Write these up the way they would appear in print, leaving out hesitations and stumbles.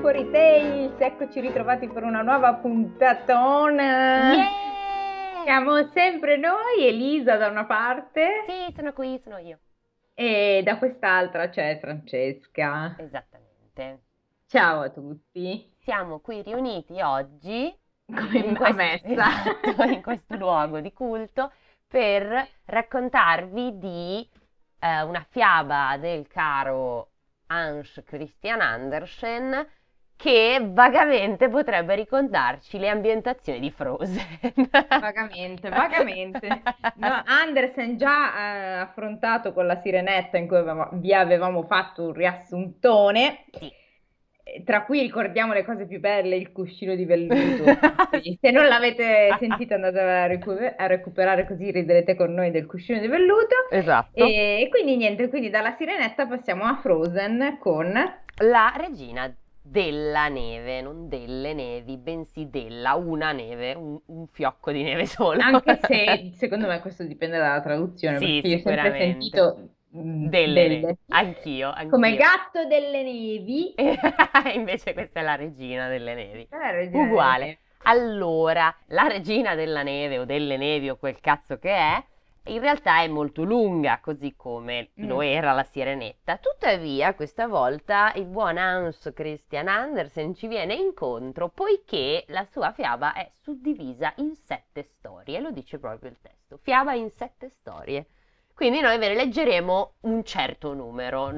Fairy Tales, eccoci ritrovati per una nuova puntatona. Yeah! Siamo sempre noi, Elisa da una parte Sì, sono qui, sono io. e da quest'altra c'è Francesca. Esattamente. Ciao a tutti, Siamo qui riuniti oggi come a messa. esatto, in questo luogo di culto per raccontarvi di una fiaba del caro Hans Christian Andersen che vagamente potrebbe ricordarci le ambientazioni di Frozen. Vagamente, vagamente. No, Andersen già affrontato con la Sirenetta in cui vi avevamo fatto un riassuntone, Sì. tra cui ricordiamo le cose più belle, il cuscino di velluto. Quindi, se non l'avete sentito andate a recuperare così riderete con noi del cuscino di velluto. Esatto. E quindi niente, quindi dalla Sirenetta passiamo a Frozen con... La regina della neve, non delle nevi, bensì della una neve, un fiocco di neve solo. Anche se secondo me questo dipende dalla traduzione, Sì, perché io ho sempre sicuramente. sentito Delle nevi. delle, Anch'io, come anch'io. gatto delle nevi, E invece questa è la regina delle nevi. questa è la regina delle Uguale. nevi. Allora, la regina della neve o delle nevi o quel cazzo che è, in realtà è molto lunga, così come lo Mm. era la Sirenetta. Tuttavia, questa volta il buon Hans Christian Andersen ci viene incontro poiché la sua fiaba è suddivisa in 7 storie, lo dice proprio il testo. Fiaba in 7 storie. Quindi noi ve ne leggeremo un certo numero,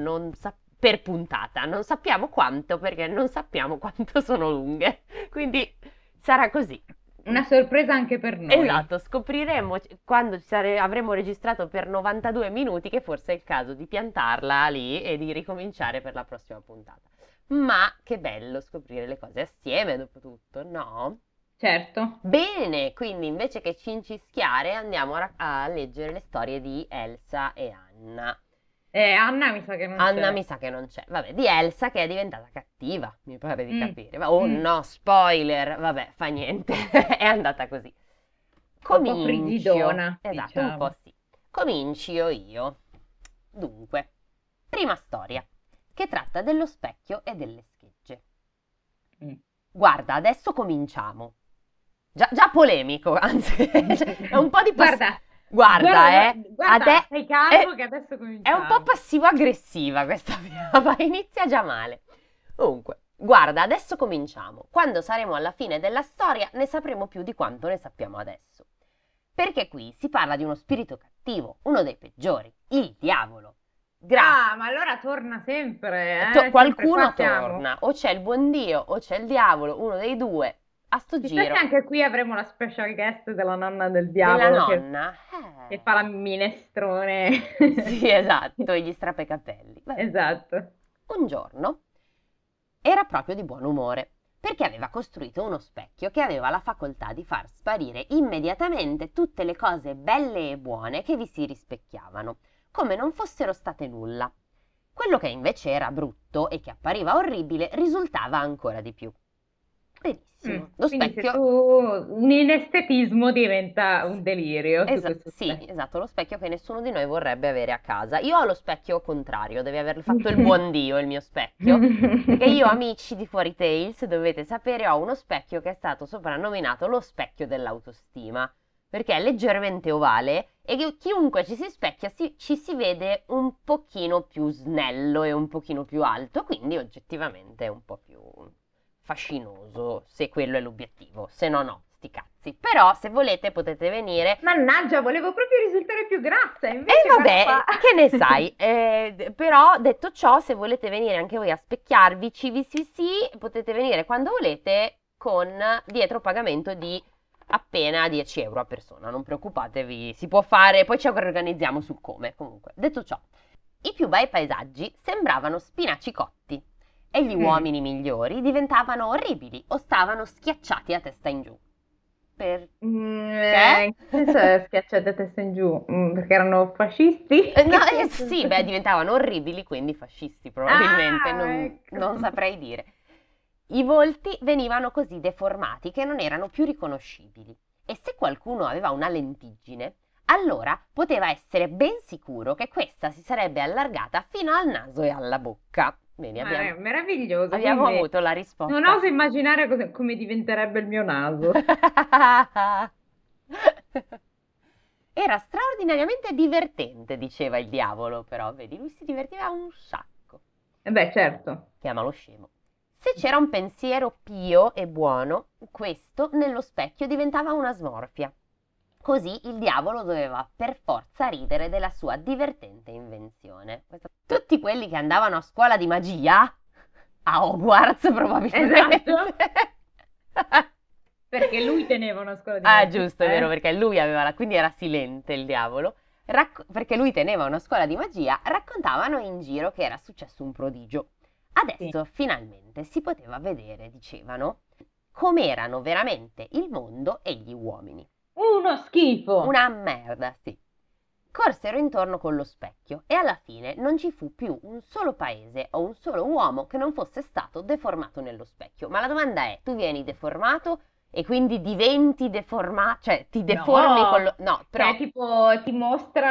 per puntata. Non sappiamo quanto perché non sappiamo quanto sono lunghe. Quindi sarà così. Una sorpresa anche per noi. Esatto, scopriremo quando avremo registrato per 92 minuti che forse è il caso di piantarla lì e di ricominciare per la prossima puntata. Ma che bello scoprire le cose assieme dopo tutto, no? Certo. Bene, quindi invece che cincischiare andiamo a leggere le storie di Elsa e Anna. Anna mi sa che non Anna c'è. mi sa che non c'è. Vabbè, di Elsa che è diventata cattiva, mi pare di Mm. capire. Oh Mm. no, spoiler. Vabbè, fa niente. È andata così. Un po' Comincio. frigidona, Esatto, un po' diciamo. sì. Comincio io. Dunque, prima storia, che tratta dello specchio e delle schegge. Mm. Guarda, adesso cominciamo. Già polemico, anzi, è un po' di Guarda, Guarda, guarda, sei calmo è, che adesso è cominciamo. un po' passivo-aggressiva questa fiaba, inizia già male. Comunque, guarda, adesso cominciamo. Quando saremo alla fine della storia ne sapremo più di quanto ne sappiamo adesso. Perché qui si parla di uno spirito cattivo, uno dei peggiori, il diavolo. Ma allora torna sempre, Qualcuno sempre qua siamo. torna, o c'è il buon Dio o c'è il diavolo, uno dei due. A sto Chissà se giro anche qui avremo la special guest della nonna del della diavolo nonna. che fa la minestrone. Sì, esatto, e gli strappa i capelli. Vabbè. Esatto. Un giorno era proprio di buon umore, perché aveva costruito uno specchio che aveva la facoltà di far sparire immediatamente tutte le cose belle e buone che vi si rispecchiavano, come non fossero state nulla. Quello che invece era brutto e che appariva orribile risultava ancora di più. Benissimo. Lo Quindi se specchio... un inestetismo diventa un delirio su questo Sì, specchio. esatto, lo specchio che nessuno di noi vorrebbe avere a casa. Io ho lo specchio contrario, deve aver fatto il buon Dio il mio specchio, perché io, amici di Fairy Tales, dovete sapere, ho uno specchio che è stato soprannominato lo specchio dell'autostima, perché è leggermente ovale e chiunque ci si specchia ci si vede un pochino più snello e un pochino più alto, quindi oggettivamente è un po' più fascinoso, se quello è l'obiettivo, se no no, sti cazzi. Però se volete potete venire. Mannaggia, volevo proprio risultare più grassa, E invece vabbè, guarda qua. che ne sai? Però detto ciò, se volete venire anche voi a specchiarvi CVCC, potete venire quando volete con dietro pagamento di appena 10 euro a persona. Non preoccupatevi, si può fare, poi ci organizziamo sul come. Comunque, detto ciò, i più bei paesaggi sembravano spinaci cotti e gli uomini migliori diventavano orribili o stavano schiacciati a testa in giù. Perché? In che senso è schiacciate a testa in giù? Perché erano fascisti? No, Che sì, senso? beh, diventavano orribili, quindi fascisti probabilmente, Ecco. non saprei dire. I volti venivano così deformati che non erano più riconoscibili e se qualcuno aveva una lentiggine, allora poteva essere ben sicuro che questa si sarebbe allargata fino al naso e alla bocca. Vedi, Ma è abbiamo, meraviglioso, abbiamo quindi avuto la non risposta. oso immaginare come diventerebbe il mio naso. Era straordinariamente divertente, diceva il diavolo, però, vedi, lui si divertiva un sacco. E beh, certo. Chiamalo scemo. Se c'era un pensiero pio e buono, questo nello specchio diventava una smorfia. Così il diavolo doveva per forza ridere della sua divertente invenzione. Tutti quelli che andavano a scuola di magia, a Hogwarts probabilmente. Esatto. Perché lui teneva una scuola di Ah, magia, giusto, è vero, perché lui aveva quindi era silente il diavolo. Perché lui teneva una scuola di magia, raccontavano in giro che era successo un prodigio. Sì. Adesso finalmente si poteva vedere, dicevano, com'erano veramente il mondo e gli uomini. Uno schifo. Una merda, sì. Corsero intorno con lo specchio e alla fine non ci fu più un solo paese o un solo uomo che non fosse stato deformato nello specchio. Ma la domanda è, tu vieni deformato e quindi diventi deformato, cioè ti deformi con No, lo... No, però... cioè tipo ti mostra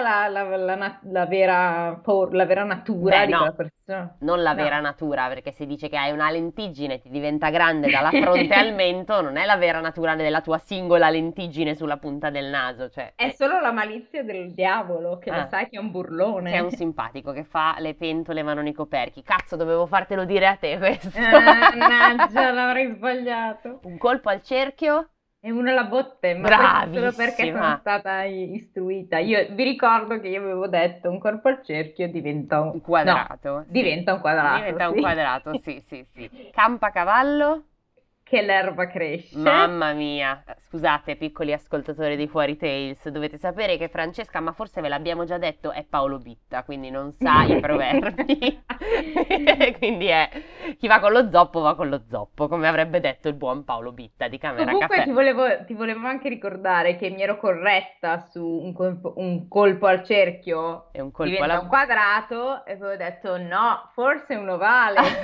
la vera natura Beh, di quella no, persona. non la vera No. natura, perché se dice che hai una lentiggine e ti diventa grande dalla fronte al mento, non è la vera natura della tua singola lentiggine sulla punta del naso, cioè... È solo la malizia del diavolo, che lo Ah, sai che è un che è un burlone. simpatico, che fa le pentole ma non i coperchi. Cazzo, dovevo fartelo dire a te questo. Mannaggia, l'avrei sbagliato. Un colpo al cerchio? E una alla botte, ma questo solo perché sono Bravissima. stata istruita. Io vi ricordo che io avevo detto un corpo al cerchio diventa Un no, quadrato, sì. diventa un quadrato, Diventa un sì. quadrato, sì, sì, sì. Campacavallo? Che l'erba cresce. Mamma mia, scusate piccoli ascoltatori di Fuori Tales, dovete sapere che Francesca, ma forse ve l'abbiamo già detto, è Paolo Bitta, quindi non sa i proverbi. Quindi è chi va con lo zoppo va con lo zoppo, come avrebbe detto il buon Paolo Bitta di Camera Comunque Caffè. ti volevo anche ricordare che mi ero corretta su un colpo al cerchio È un colpo diventa alla... un quadrato e poi ho detto no, forse è un ovale.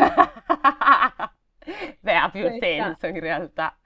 Beh, ha più Questa. senso in realtà.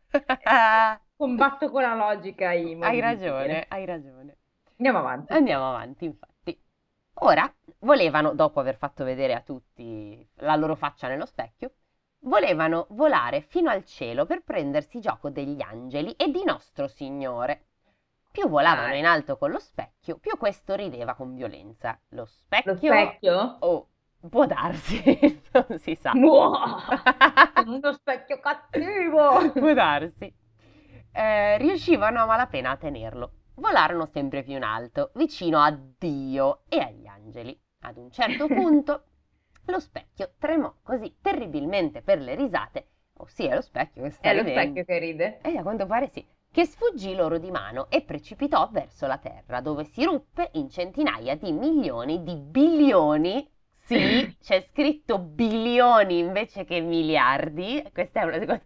Combatto con la logica i Hai modi di ragione, dire. hai ragione. Andiamo avanti. Andiamo avanti, infatti. Ora volevano, dopo aver fatto vedere a tutti la loro faccia nello specchio, volevano volare fino al cielo per prendersi gioco degli angeli e di nostro Signore. Più volavano Dai. in alto con lo specchio, più questo rideva con violenza. Lo Lo specchio, specchio? oh, può darsi, non si sa. Wow! Sono uno specchio cattivo! Può darsi. Riuscivano a malapena a tenerlo. Volarono sempre più in alto, vicino a Dio e agli angeli. Ad un certo punto lo specchio tremò così terribilmente per le risate, ossia lo specchio che sta È lo ridendo. specchio che ride? E a quanto pare sì, che sfuggì loro di mano e precipitò verso la terra, dove si ruppe in centinaia di milioni di bilioni. Sì, c'è scritto bilioni invece che miliardi. Questa è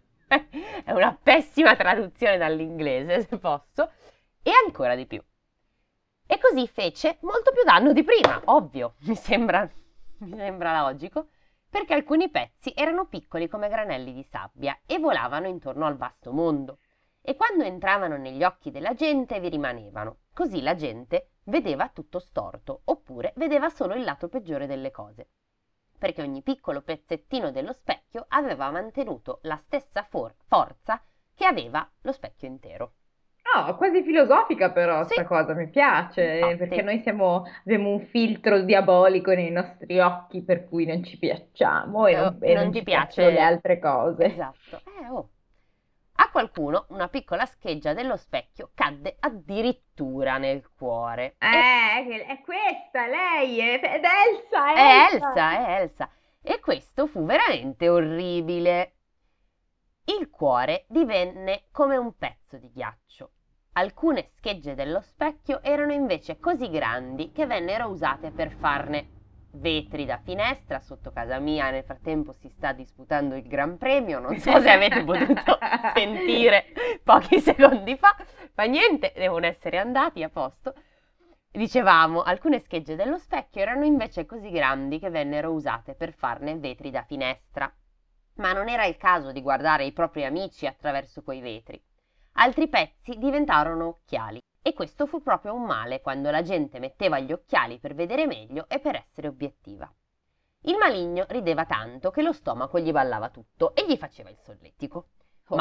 è una pessima traduzione dall'inglese, se posso. E ancora di più. E così fece molto più danno di prima, ovvio, mi sembra logico, perché alcuni pezzi erano piccoli come granelli di sabbia e volavano intorno al vasto mondo. E quando entravano negli occhi della gente vi rimanevano. Così la gente vedeva tutto storto, oppure vedeva solo il lato peggiore delle cose. Perché ogni piccolo pezzettino dello specchio aveva mantenuto la stessa forza che aveva lo specchio intero. No, quasi filosofica però Sì, sta cosa, mi piace, perché infatti. noi abbiamo un filtro diabolico nei nostri occhi per cui non ci piacciamo e Non non ti ci piacciono le piace? altre cose. Esatto. Oh. A qualcuno una piccola scheggia dello specchio cadde addirittura nel cuore. E È questa, lei, ed Elsa, è Elsa! Elsa, è Elsa. E questo fu veramente orribile. Il cuore divenne come un pezzo di ghiaccio. Alcune schegge dello specchio erano invece così grandi che vennero usate per farne vetri da finestra. Sotto casa mia nel frattempo si sta disputando il Gran Premio, non so se avete potuto sentire pochi secondi fa, ma niente, devono essere andati a posto. Dicevamo, alcune schegge dello specchio erano invece così grandi che vennero usate per farne vetri da finestra. Ma non era il caso di guardare i propri amici attraverso quei vetri. Altri pezzi diventarono occhiali e questo fu proprio un male quando la gente metteva gli occhiali per vedere meglio e per essere obiettiva. Il maligno rideva tanto che lo stomaco gli ballava tutto e gli faceva il solletico. Ma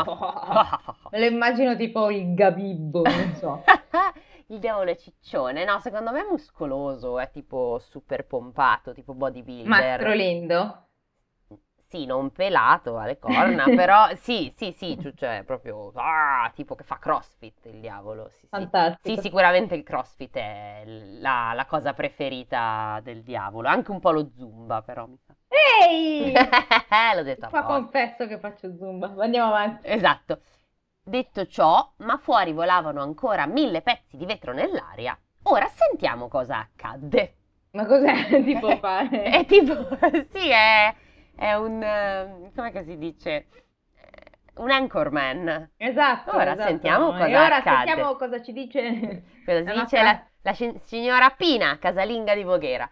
Me lo immagino tipo il Gabibbo, non so. il diavolo è ciccione. No, secondo me è muscoloso, è tipo super pompato, tipo bodybuilder. Mastro Lindo. Sì, non pelato alle corna, però sì, cioè proprio tipo che fa CrossFit il diavolo. Sì, sì. Sì, Fantastico. sicuramente il CrossFit è la cosa preferita del diavolo, anche un po' lo Zumba, però mi sa. Ehi! L'ho detto Qua apposta. confesso che faccio Zumba. Andiamo avanti. Esatto. Detto ciò, ma fuori volavano ancora 1000 pezzi di vetro nell'aria. Ora sentiamo cosa accadde. Ma cos'è tipo fare? È tipo, sì, è un, come che si dice? Un anchorman. Esatto, Ora esatto. sentiamo E cosa ora accadde. sentiamo cosa ci dice Cosa la si dice nostra... signora Pina, casalinga di Voghera.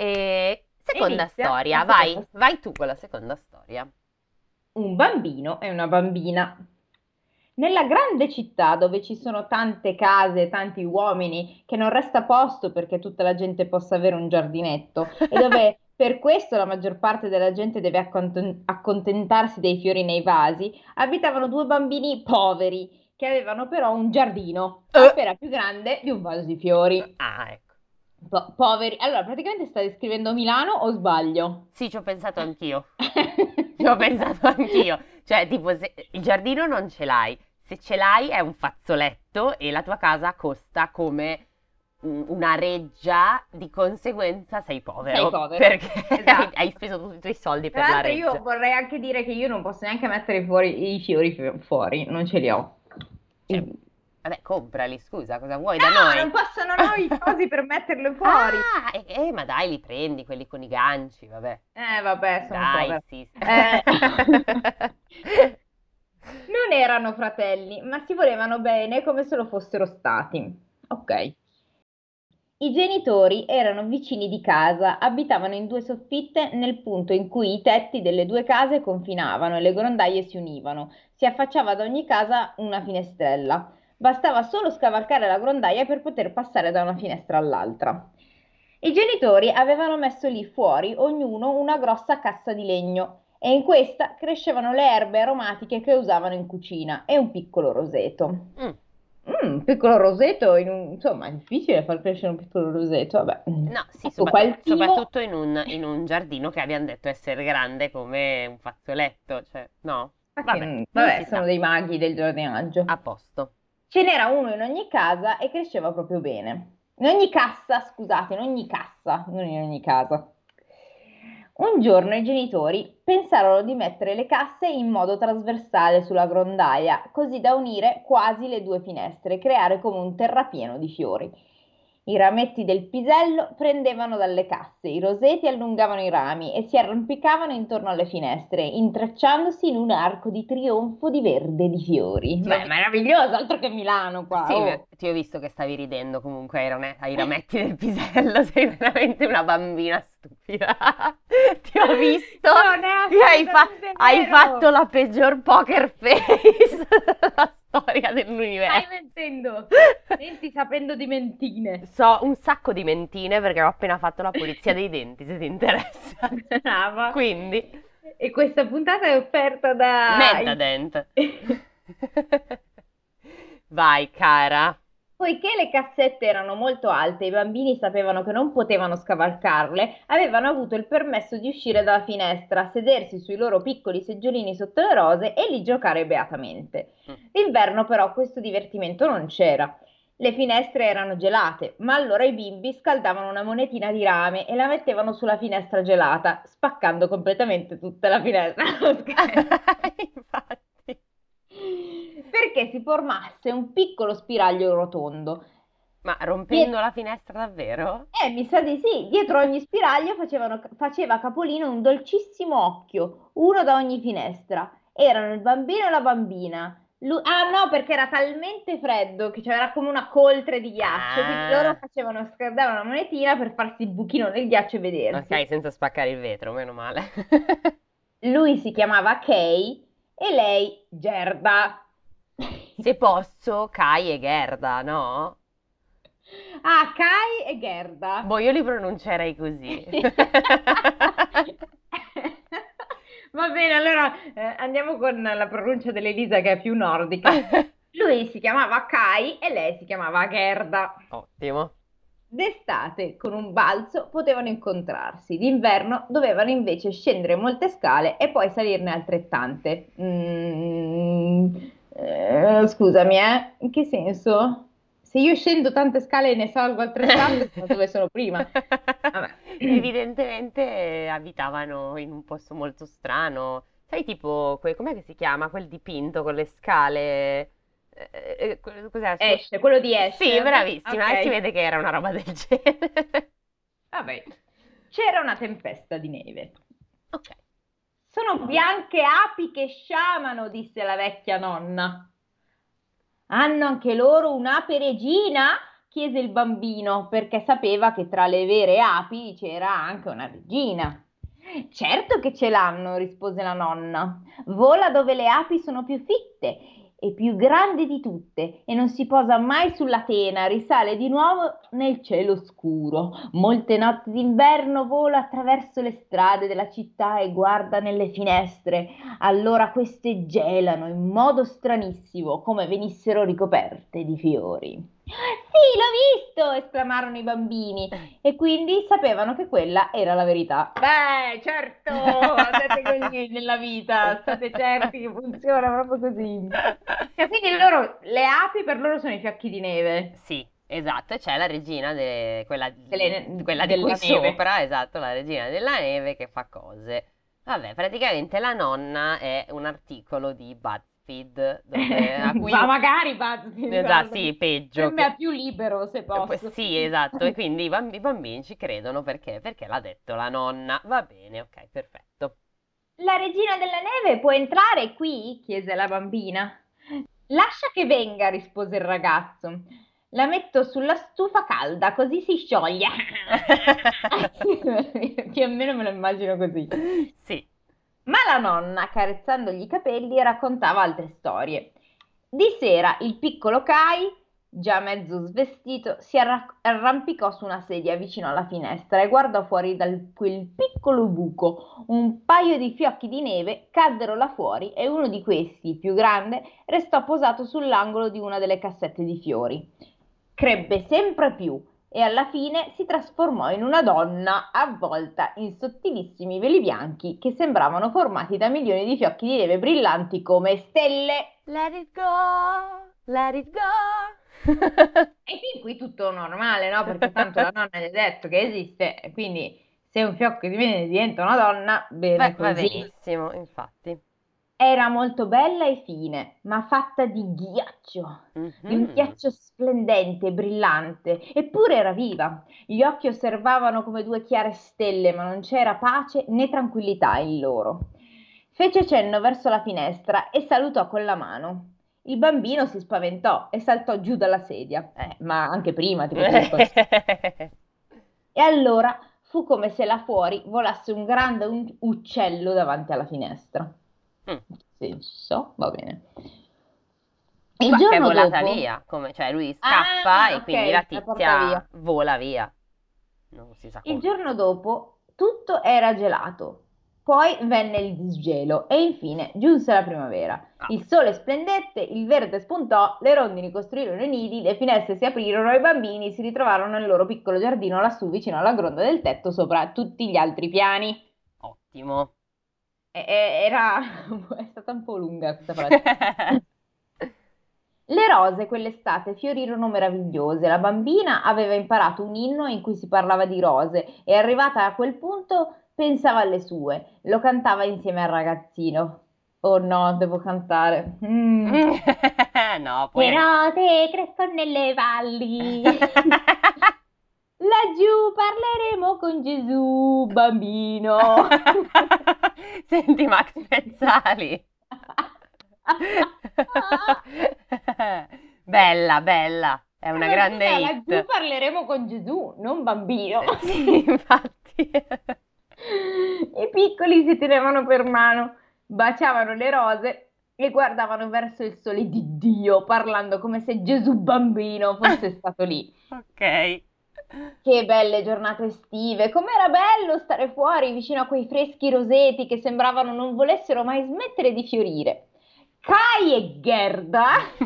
E seconda Inizia storia, la seconda. vai tu con la seconda storia. Un bambino e una bambina. Nella grande città dove ci sono tante case e tanti uomini, che non resta posto perché tutta la gente possa avere un giardinetto e dove per questo la maggior parte della gente deve accontentarsi dei fiori nei vasi, abitavano due bambini poveri che avevano però un giardino Eh, appena più grande di un vaso di fiori. ah, ecco. Poveri. Allora, praticamente stai descrivendo Milano o sbaglio? Sì, ci ho pensato anch'io. Ci ho pensato anch'io. Cioè, tipo, se il giardino non ce l'hai. Se ce l'hai è un fazzoletto e la tua casa costa come una reggia, di conseguenza sei Sei povero. povero. Perché Esatto. hai speso tutti i tuoi soldi Tra per la l'altro io reggia. vorrei anche dire che io non posso neanche mettere fuori i fiori fuori, non ce li ho. Cioè, I- vabbè, comprali, scusa, cosa vuoi da No, noi? non posso, non ho i cosi per metterle fuori. Ah, ma dai, li prendi quelli con i ganci, vabbè. Vabbè, sono Dai, povera. sì. Eh, Non erano fratelli, ma si volevano bene come se lo fossero stati. Ok. I genitori erano vicini di casa, abitavano in due soffitte nel punto in cui i tetti delle due case confinavano e le grondaie si univano. Si affacciava ad ogni casa una finestrella. Bastava solo scavalcare la grondaia per poter passare da una finestra all'altra. I genitori avevano messo lì fuori ognuno una grossa cassa di legno e in questa crescevano le erbe aromatiche che usavano in cucina e un piccolo roseto. Mm. Un piccolo roseto, insomma, è difficile far crescere un piccolo roseto, vabbè. No, sì, Ecco qua il timo. soprattutto in un giardino che abbiamo detto essere grande come un fazzoletto, cioè, no? Vabbè, non si Vabbè, sono sa. dei maghi del giardinaggio. A posto. Ce n'era uno in ogni casa e cresceva proprio bene. In ogni cassa, scusate, in ogni cassa, non in ogni casa. Un giorno i genitori pensarono di mettere le casse in modo trasversale sulla grondaia, così da unire quasi le due finestre e creare come un terrapieno di fiori. I rametti del pisello prendevano dalle casse, i roseti allungavano i rami e si arrampicavano intorno alle finestre, intrecciandosi in un arco di trionfo di verde e di fiori. Ti ho Ma è vi- meraviglioso, altro che Milano qua, Sì, oh! ti ho visto che stavi ridendo comunque ai rametti del pisello, sei veramente una bambina stupida. Ti ho visto Non è che assolutamente hai vero! fatto la peggior poker face della storia Stai dell'universo. mentendo! Menti sapendo di mentine. So un sacco di mentine perché ho appena fatto la pulizia dei denti, se ti interessa. Brava. Quindi, E questa puntata è offerta da... Mentadent. Vai, cara. Poiché le cassette erano molto alte e i bambini sapevano che non potevano scavalcarle, avevano avuto il permesso di uscire dalla finestra, sedersi sui loro piccoli seggiolini sotto le rose e lì giocare beatamente. Mm. D'inverno però questo divertimento non c'era. Le finestre erano gelate, ma allora i bimbi scaldavano una monetina di rame e la mettevano sulla finestra gelata, spaccando completamente tutta la finestra. No, scherzo. Infatti. Perché si formasse un piccolo spiraglio rotondo. Ma Die- rompendo la finestra davvero? mi sa di sì, dietro ogni spiraglio faceva capolino un dolcissimo occhio, uno da ogni finestra. Erano il bambino e la bambina. Ah no, perché era talmente freddo che c'era come una coltre di ghiaccio, quindi loro Ah, scaldavano una monetina per farsi il buchino nel ghiaccio e ok, vedersi. senza spaccare il vetro, meno male. Lui si chiamava Kay e lei Gerda. Se posso, Kai e Gerda, no? Ah, Kai e Gerda. Boh, io li pronuncerei così. Va bene, allora andiamo con la pronuncia dell'Elisa che è più nordica. Lui si chiamava Kai e lei si chiamava Gerda. Ottimo. D'estate, con un balzo, potevano incontrarsi, d'inverno dovevano invece scendere molte scale e poi salirne altrettante. Scusami, in che senso? Se io scendo tante scale e ne salgo altrettante, sono dove sono prima. Vabbè. Evidentemente abitavano in un posto molto strano. Sai, tipo, com'è che si chiama? Quel dipinto con le scale. Cos'è? Esce, quello di Sì, Escher. bravissima. E si Ok, vede che era una roba del genere. vabbè. C'era una tempesta di neve. Ok. Sono bianche api che sciamano, disse la vecchia nonna. Hanno anche loro un'ape regina? Chiese il bambino, perché sapeva che tra le vere api c'era anche una regina. Certo che ce l'hanno, rispose la nonna. Vola dove le api sono più fitte e più grande di tutte e non si posa mai sulla tena, risale di nuovo nel cielo scuro. Molte notti d'inverno vola attraverso le strade della città e guarda nelle finestre. Allora queste gelano in modo stranissimo, come venissero ricoperte di fiori. Sì, l'ho visto! Esclamarono i bambini e quindi sapevano che quella era la verità. Beh, certo, andate così nella vita, state certi che funziona proprio così. Cioè, quindi loro, le api per loro sono i fiocchi di neve, Sì, esatto, e c'è la regina, quella di qui della neve. sopra, esatto, la regina della neve che fa cose. Vabbè, praticamente la nonna è un articolo di BuzzFeed a cui Ma magari BuzzFeed, esatto, guarda, sì, peggio per me che è più libero se posso. sì, esatto, e quindi i bambini ci credono perché l'ha detto la nonna. Va bene, ok, perfetto. La regina della neve può entrare qui? Chiese la bambina. Lascia che venga, rispose il ragazzo. La metto sulla stufa calda, così si scioglie. Più o meno me lo immagino così. Sì. Ma la nonna, carezzandogli i capelli, raccontava altre storie. Di sera il piccolo Kai, già mezzo svestito, si arrampicò su una sedia vicino alla finestra e guardò fuori da quel piccolo buco. Un paio di fiocchi di neve caddero là fuori e uno di questi, più grande, restò posato sull'angolo di una delle cassette di fiori. Crebbe sempre più e alla fine si trasformò in una donna avvolta in sottilissimi veli bianchi che sembravano formati da milioni di fiocchi di neve brillanti come stelle. Let it go, let it go. E fin qui tutto normale, no? Perché tanto la nonna gli ha detto che esiste, e quindi se un fiocco di neve diventa una donna, bene Va così. benissimo, infatti. Era molto bella e fine, ma fatta di ghiaccio, di un Mhm. ghiaccio splendente e brillante, eppure era viva. Gli occhi osservavano come due chiare stelle, ma non c'era pace né tranquillità in loro. Fece cenno verso la finestra e salutò con la mano. Il bambino si spaventò e saltò giù dalla sedia, ma anche prima ti potevi spaventare. E allora fu come se là fuori volasse un grande uccello davanti alla finestra. Mm. Senso, va bene. Il Beh, che è giorno volata dopo, via, come, cioè lui scappa ah, e quindi la ok, la porta tizia via. vola via. Non si sa Il come. giorno dopo tutto era gelato. Poi venne il disgelo e infine giunse la primavera. Ah, Il sole splendette, il verde spuntò, le rondini costruirono i nidi, le finestre si aprirono e i bambini si ritrovarono nel loro piccolo giardino lassù vicino alla gronda del tetto sopra tutti gli altri piani. ottimo. Era è stata un po' lunga questa frase. Le rose quell'estate fiorirono meravigliose. La bambina aveva imparato un inno in cui si parlava di rose e arrivata a quel punto pensava alle sue. Lo cantava insieme al ragazzino. Oh no, devo cantare. No, Le poi... rose crescono nelle valli. Laggiù parleremo con Gesù, bambino. Senti Max Pezzali. Bella, bella, è una grande Stamattina laggiù hit. parleremo con Gesù, non bambino. Sì, infatti. I piccoli si tenevano per mano, baciavano le rose e guardavano verso il sole di Dio, parlando come se Gesù bambino fosse stato lì. Ok. Che belle giornate estive, com'era bello stare fuori vicino a quei freschi roseti che sembravano non volessero mai smettere di fiorire. Kai e Gerda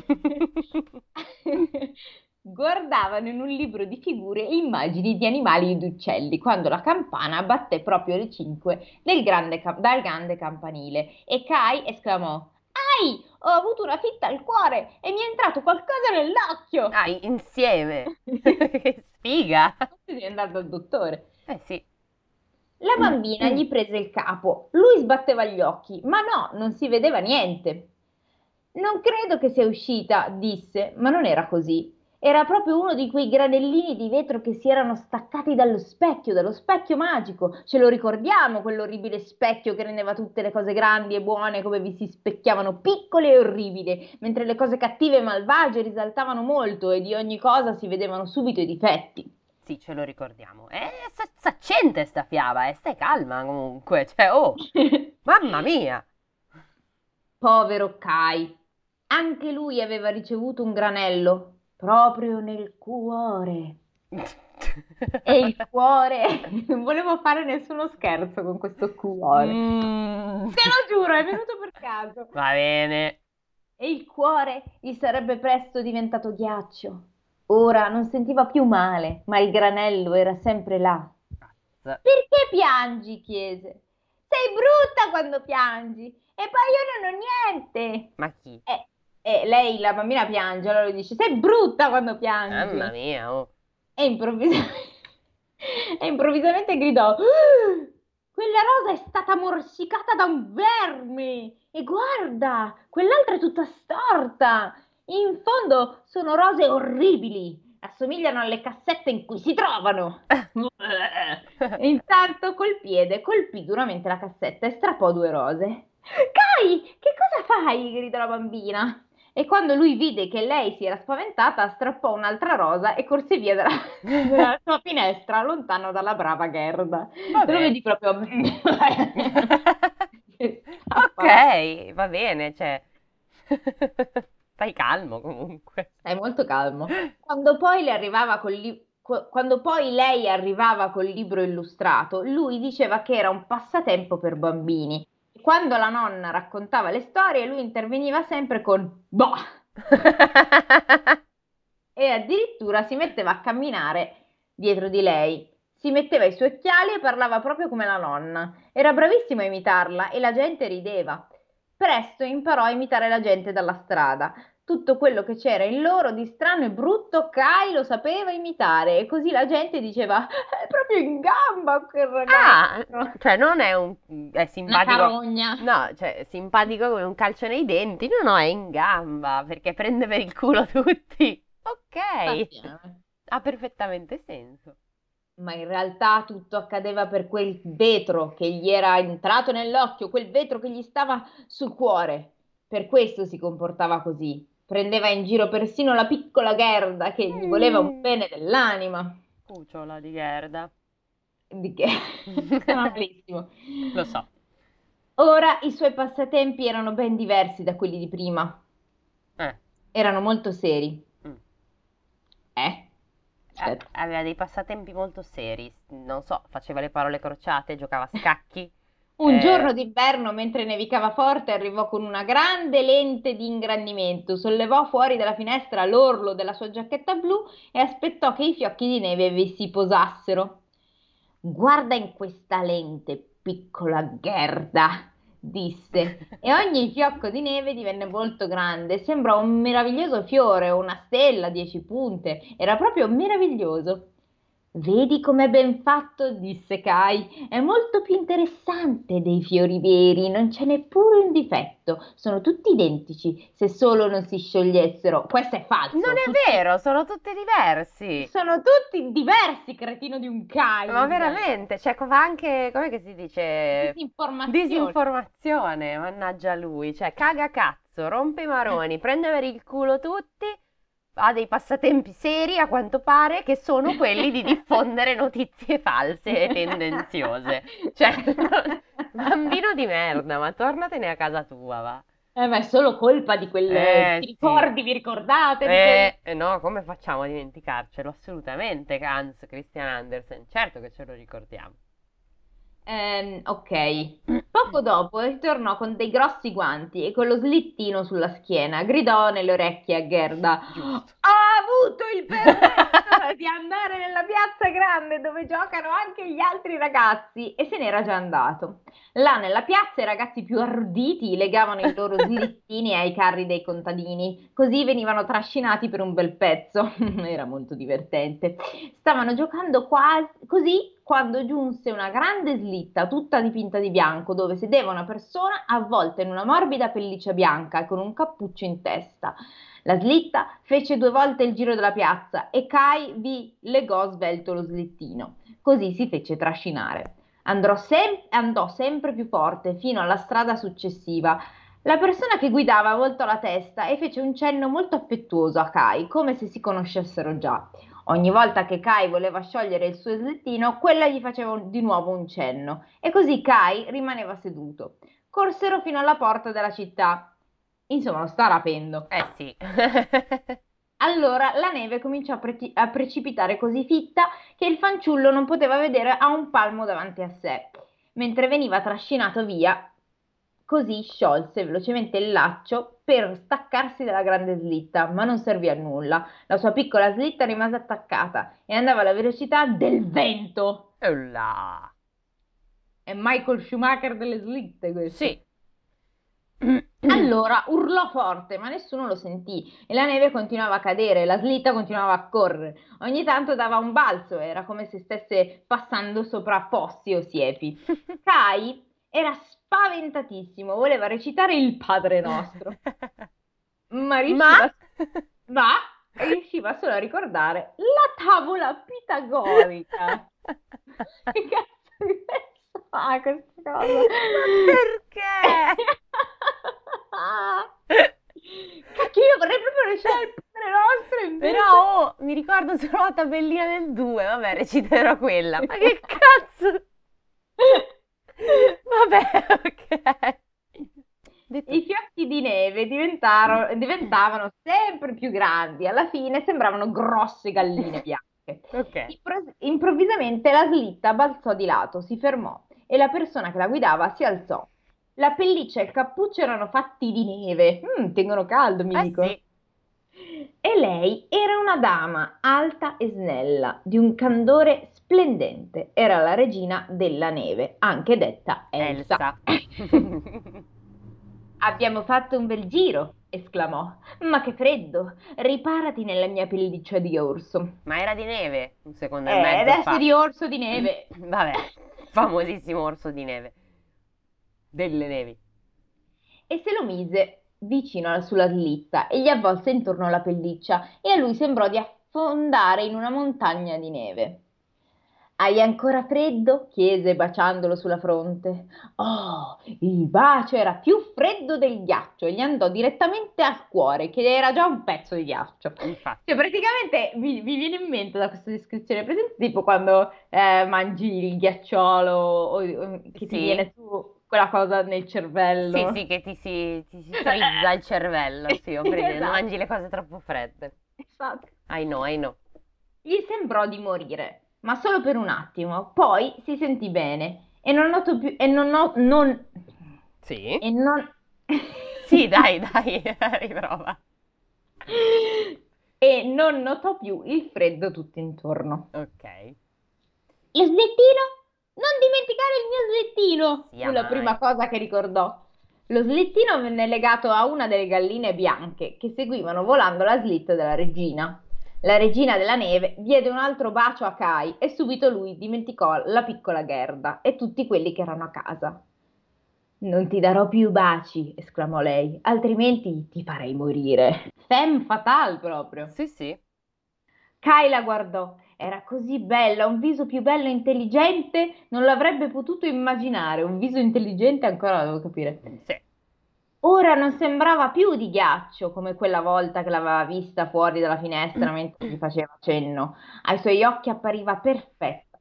guardavano in un libro di figure e immagini di animali ed uccelli quando la campana batté proprio le 5 dal grande campanile e Kai esclamò: Ai, ho avuto una fitta al cuore e mi è entrato qualcosa nell'occhio! Ah, insieme. Che sfiga. Devi andare dal dottore. Eh sì. La bambina gli prese il capo. Lui sbatteva gli occhi, ma no, non si vedeva niente. Non credo che sia uscita, disse, ma non era così. Era proprio uno di quei granellini di vetro che si erano staccati dallo specchio magico. Ce lo ricordiamo, quell'orribile specchio che rendeva tutte le cose grandi e buone come vi si specchiavano piccole e orribili, mentre le cose cattive e malvagie risaltavano molto e di ogni cosa si vedevano subito i difetti. Sì, ce lo ricordiamo. S'accende sta fiaba, stai calma comunque. Cioè, oh, mamma mia. Povero Kai. Anche lui aveva ricevuto un granello proprio nel cuore. E il cuore, non volevo fare nessuno scherzo con questo cuore. Mm. Te lo giuro, è venuto per caso. Va bene. E il cuore gli sarebbe presto diventato ghiaccio. Ora non sentiva più male, ma il granello era sempre là. Cazzo. Perché piangi? Chiese. Sei brutta quando piangi. E poi io non ho niente. Ma chi? Lei, la bambina, piange, allora lui dice: Sei brutta quando Mamma piangi. mia, oh. E improvvisamente, e improvvisamente gridò: Quella rosa è stata morsicata da un verme! E guarda, quell'altra è tutta storta! In fondo sono rose orribili! Assomigliano alle cassette in cui si trovano! E intanto col piede colpì duramente la cassetta e strappò 2 rose. Kai, che cosa fai? Gridò la bambina. E quando lui vide che lei si era spaventata, strappò un'altra rosa e corse via dalla sua finestra, lontano dalla brava Gerda. Te lo Vabbè. vedi proprio. Ok, va bene, cioè. Stai calmo comunque. Stai molto calmo. Quando poi lei arrivava col libro illustrato, lui diceva che era un passatempo per bambini. Quando la nonna raccontava le storie, lui interveniva sempre con Boh! E addirittura si metteva a camminare dietro di lei. Si metteva i suoi occhiali e parlava proprio come la nonna. Era bravissimo a imitarla e la gente rideva. Presto imparò a imitare la gente dalla strada. Tutto quello che c'era in loro di strano e brutto, Kai lo sapeva imitare e così la gente diceva: È proprio in gamba quel Ah, ragazzo. cioè non è è Una simpatico. carogna. No, cioè simpatico come un calcio nei denti. No, no, è in gamba perché prende per il culo tutti. Ok, Pazienza. ha perfettamente senso. Ma in realtà tutto accadeva per quel vetro che gli era entrato nell'occhio, quel vetro che gli stava sul cuore. Per questo si comportava così. Prendeva in giro persino la piccola Gerda che gli voleva un Mm. bene dell'anima. Cucciola di Gerda. Di che? Stava malissimo. Lo so. Ora i suoi passatempi erano ben diversi da quelli di prima. Eh. Erano molto seri. Mm. Aspetta. Aveva dei passatempi molto seri. Non so, faceva le parole crociate, giocava a scacchi. Un Eh, giorno d'inverno, mentre nevicava forte, arrivò con una grande lente di ingrandimento, sollevò fuori dalla finestra l'orlo della sua giacchetta blu e aspettò che i fiocchi di neve vi si posassero. Guarda in questa lente, piccola Gerda, disse, e ogni fiocco di neve divenne molto grande. Sembrò un meraviglioso fiore o una stella a 10 punte. Era proprio meraviglioso. Vedi com'è ben fatto, disse Kai. È molto più interessante dei fiori veri, non c'è neppure un difetto. Sono tutti identici, se solo non si sciogliessero. Questo è non falso. è vero, sono tutti diversi. Sono tutti diversi, cretino di un Ma Kai. veramente, cioè fa anche, come che si dice? Disinformazione. Disinformazione, mannaggia lui. Cioè, caga cazzo, rompe i maroni, prende per il culo tutti, ha dei passatempi seri, a quanto pare, che sono quelli di diffondere notizie false e tendenziose. Cioè, bambino di merda, ma tornatene a casa tua, va. Ma è solo colpa di quel... Ti Sì. ricordi, vi ricordate di quel... No, come facciamo a dimenticarcelo? Assolutamente, Hans Christian Andersen. Certo che ce lo ricordiamo. Ok. Poco dopo ritornò con dei grossi guanti e con lo slittino sulla schiena. Gridò nelle orecchie a Gerda: Giusto. "Ha avuto il permesso di andare nella piazza grande dove giocano anche gli altri ragazzi!" E se n'era già andato. Là nella piazza i ragazzi più arditi legavano i loro slittini ai carri dei contadini, così venivano trascinati per un bel pezzo. Era molto divertente. Stavano giocando quasi così quando giunse una grande slitta tutta dipinta di bianco, dove sedeva una persona avvolta in una morbida pelliccia bianca e con un cappuccio in testa. La slitta fece 2 volte il giro della piazza e Kai vi legò svelto lo slittino. Così si fece trascinare. Andò sempre più forte fino alla strada successiva. La persona che guidava voltò la testa e fece un cenno molto affettuoso a Kai, come se si conoscessero già. Ogni volta che Kai voleva sciogliere il suo slittino, quella gli faceva di nuovo un cenno, e così Kai rimaneva seduto. Corsero fino alla porta della città. Insomma, lo sta rapendo. Sì. Allora la neve cominciò a precipitare così fitta che il fanciullo non poteva vedere a un palmo davanti a sé. Mentre veniva trascinato via, così sciolse velocemente il laccio per staccarsi dalla grande slitta, ma non servì a nulla. La sua piccola slitta rimase attaccata e andava alla velocità del vento. Là. È Michael Schumacher delle slitte questo. Sì. Allora urlò forte, ma nessuno lo sentì e la neve continuava a cadere, la slitta continuava a correre. Ogni tanto dava un balzo, era come se stesse passando sopra fossi o siepi. Kai era spaventatissimo, voleva recitare il Padre Nostro, ma Ma? ma riusciva solo a ricordare la tavola pitagorica. Che cazzo di senso fa questa cosa? Ma perché? Cacchio, io vorrei proprio recitare il Padre Nostro invece. Però, mi ricordo solo la tabellina del 2, vabbè, reciterò quella. Ma che cazzo? Cioè, vabbè, ok. Detto... I fiocchi di neve diventavano sempre più grandi, alla fine sembravano grosse galline bianche. Ok. Improvvisamente la slitta balzò di lato, si fermò e la persona che la guidava si alzò. La pelliccia e il cappuccio erano fatti di neve. Tengono caldo, mi dicono. Sì, E lei era una dama alta e snella, di un candore splendente. Era la regina della neve, anche detta Elsa. Elsa. Abbiamo fatto un bel giro, esclamò. Ma che freddo! Riparati nella mia pelliccia di orso. Ma era di neve un secondo e mezzo Adesso fa. di orso di neve. Vabbè, famosissimo orso di neve. Delle nevi. E se lo mise sulla slitta e gli avvolse intorno la pelliccia e a lui sembrò di affondare in una montagna di neve. Hai ancora freddo? Chiese baciandolo sulla fronte. Oh, il bacio era più freddo del ghiaccio e gli andò direttamente al cuore, che era già un pezzo di ghiaccio. Infatti. Cioè, praticamente mi viene in mente da questa descrizione, presente tipo quando mangi il ghiacciolo o che ti Sì. viene su quella cosa nel Sì, cervello. sì, che ti si frizza il cervello. Sì, ho presente. Esatto, Mangi le cose troppo fredde. esatto. I know, I know. Gli sembrò di morire, ma solo per un attimo. Poi si sentì bene e non notò più e non, no- non- Sì? e non Sì, dai, dai, riprova. e non notò più il freddo tutto intorno. Ok. Lo slittino? Non dimenticare il mio slittino, fu Sia la mai. prima cosa che ricordò. Lo slittino venne legato a una delle galline bianche che seguivano volando la slitta della regina. La regina della neve diede un altro bacio a Kai e subito lui dimenticò la piccola Gerda e tutti quelli che erano a casa. Non ti darò più baci, esclamò lei, altrimenti ti farei morire. Femme fatale proprio. Sì, sì. Kai la guardò. Era così bella, un viso più bello e intelligente, non l'avrebbe potuto immaginare. Un viso intelligente ancora lo devo capire. Sì. Ora non sembrava più di ghiaccio come quella volta che l'aveva vista fuori dalla finestra mentre gli faceva cenno. Ai suoi occhi appariva perfetta.